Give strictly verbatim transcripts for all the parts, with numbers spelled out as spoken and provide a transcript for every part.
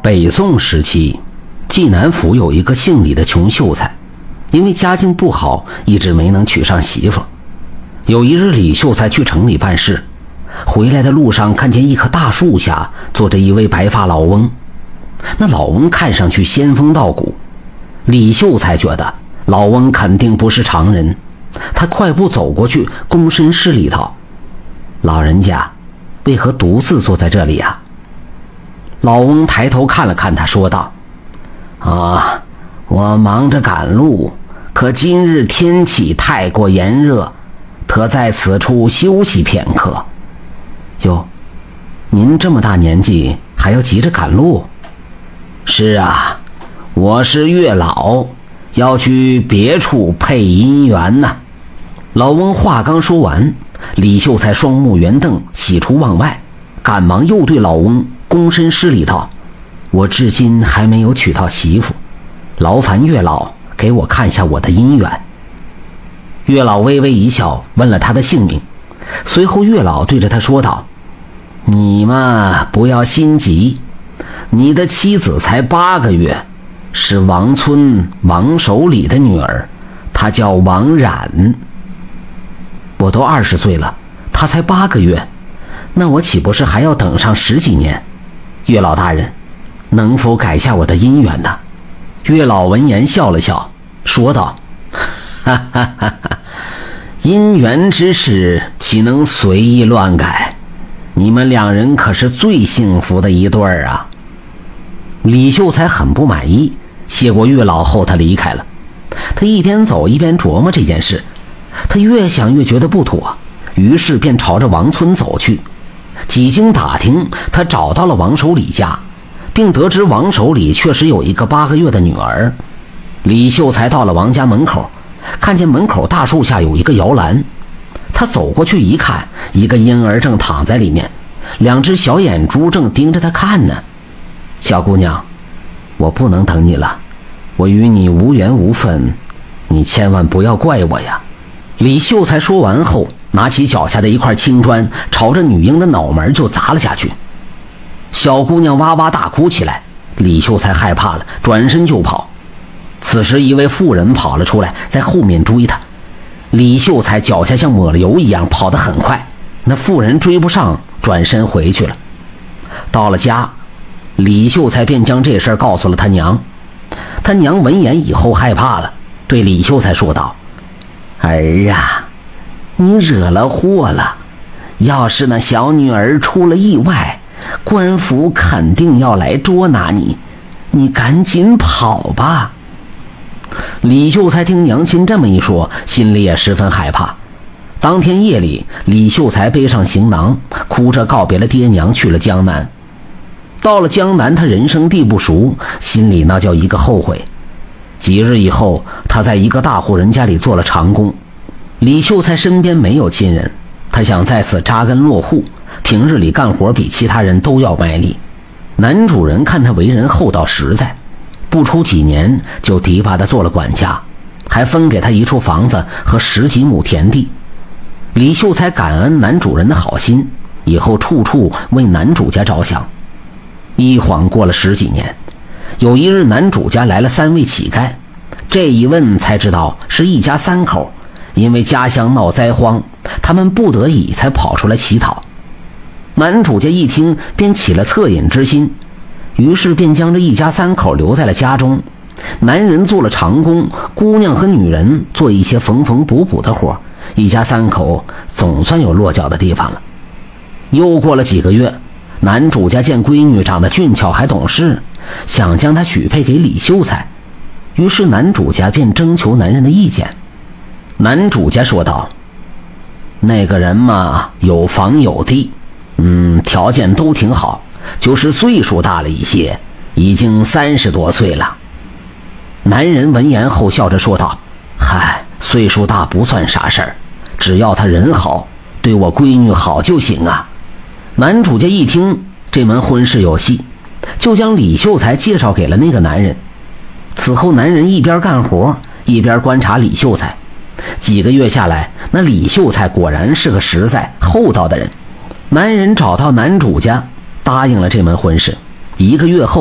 北宋时期，济南府有一个姓李的穷秀才，因为家境不好，一直没能娶上媳妇。有一日，李秀才去城里办事，回来的路上看见一棵大树下坐着一位白发老翁。那老翁看上去仙风道骨，李秀才觉得老翁肯定不是常人，他快步走过去，躬身施礼道：“老人家，为何独自坐在这里呀？”老翁抬头看了看他，说道：“啊，我忙着赶路，可今日天气太过炎热，特在此处休息片刻。”“哟，您这么大年纪还要急着赶路？”“是啊，我是月老，要去别处配姻缘呢。”老翁话刚说完，李秀才双目圆瞪，喜出望外，赶忙又对老翁躬身施礼道：“我至今还没有娶到媳妇，劳烦月老给我看下我的姻缘。”月老微微一笑，问了他的姓名，随后月老对着他说道：“你嘛，不要心急，你的妻子才八个月，是王村王守礼的女儿，她叫王冉。”“我都二十岁了，她才八个月，那我岂不是还要等上十几年？月老大人，能否改下我的姻缘呢？”月老闻言笑了笑，说道：“哈哈哈哈，姻缘之事岂能随意乱改？你们两人可是最幸福的一对儿啊！”李秀才很不满意，谢过月老后，他离开了。他一边走一边琢磨这件事，他越想越觉得不妥，于是便朝着王村走去。几经打听，他找到了王守礼家，并得知王守礼确实有一个八个月的女儿。李秀才到了王家门口，看见门口大树下有一个摇篮，他走过去一看，一个婴儿正躺在里面，两只小眼珠正盯着他看呢。“小姑娘，我不能等你了，我与你无缘无分，你千万不要怪我呀。”李秀才说完后，拿起脚下的一块青砖，朝着女婴的脑门就砸了下去。小姑娘哇哇大哭起来，李秀才害怕了，转身就跑。此时一位妇人跑了出来，在后面追他。李秀才脚下像抹了油一样跑得很快，那妇人追不上，转身回去了。到了家，李秀才便将这事告诉了他娘。他娘闻言以后害怕了，对李秀才说道：“儿啊，你惹了祸了，要是那小女儿出了意外，官府肯定要来捉拿你，你赶紧跑吧。”李秀才听娘亲这么一说，心里也十分害怕。当天夜里，李秀才背上行囊，哭着告别了爹娘，去了江南。到了江南，他人生地不熟，心里那叫一个后悔。几日以后，他在一个大户人家里做了长工。李秀才身边没有亲人，他想在此扎根落户，平日里干活比其他人都要卖力。男主人看他为人厚道实在，不出几年就提拔他做了管家，还分给他一处房子和十几亩田地。李秀才感恩男主人的好心，以后处处为男主家着想。一晃过了十几年，有一日男主家来了三位乞丐，这一问才知道是一家三口，因为家乡闹灾荒，他们不得已才跑出来乞讨。男主家一听便起了恻隐之心，于是便将这一家三口留在了家中，男人做了长工，姑娘和女人做一些缝缝补补的活，一家三口总算有落脚的地方了。又过了几个月，男主家见闺女长得俊俏还懂事，想将她许配给李秀才，于是男主家便征求男人的意见。男主家说道：“那个人嘛，有房有地，嗯，条件都挺好，就是岁数大了一些，已经三十多岁了。”男人闻言后笑着说道：“嗨，岁数大不算啥事儿，只要他人好，对我闺女好就行啊。”男主家一听这门婚事有戏，就将李秀才介绍给了那个男人。此后男人一边干活一边观察李秀才，几个月下来，那李秀才果然是个实在厚道的人。男人找到男主家，答应了这门婚事。一个月后，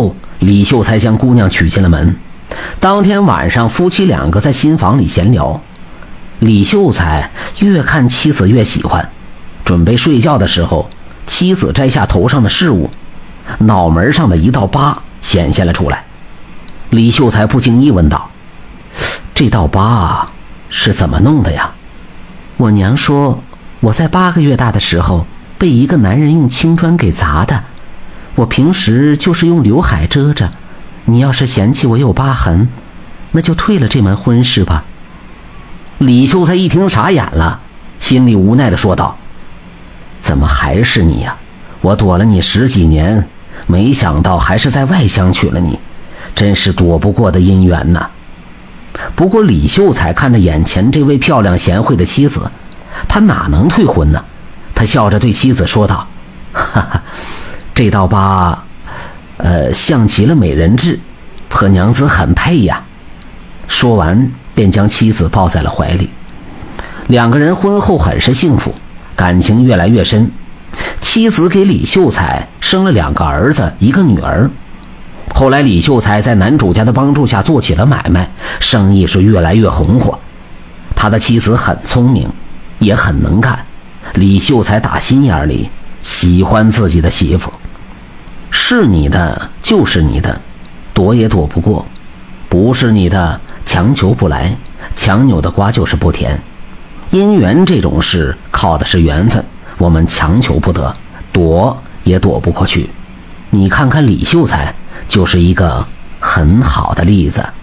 李秀才将姑娘娶进了门。当天晚上，夫妻两个在新房里闲聊。李秀才越看妻子越喜欢，准备睡觉的时候，妻子摘下头上的饰物，脑门上的一道疤显现了出来。李秀才不经意问道：“这道疤是怎么弄的呀？”我娘说，我在八个月大的时候被一个男人用青砖给砸的，我平时就是用刘海遮着，你要是嫌弃我有疤痕，那就退了这门婚事吧。李秀才一听傻眼了，心里无奈地说道：“怎么还是你呀？我躲了你十几年，没想到还是在外乡娶了你，真是躲不过的姻缘呐。”不过李秀才看着眼前这位漂亮贤惠的妻子，他哪能退婚呢？他笑着对妻子说道：“哈哈，这道疤呃，像极了美人痣，和娘子很配呀。”说完便将妻子抱在了怀里。两个人婚后很是幸福，感情越来越深。妻子给李秀才生了两个儿子一个女儿。后来李秀才在男主家的帮助下做起了买卖，生意是越来越红火。他的妻子很聪明，也很能干，李秀才打心眼里喜欢自己的媳妇。是你的就是你的，躲也躲不过；不是你的，强求不来，强扭的瓜就是不甜。姻缘这种事靠的是缘分，我们强求不得，躲也躲不过去。你看看李秀才就是一个很好的例子。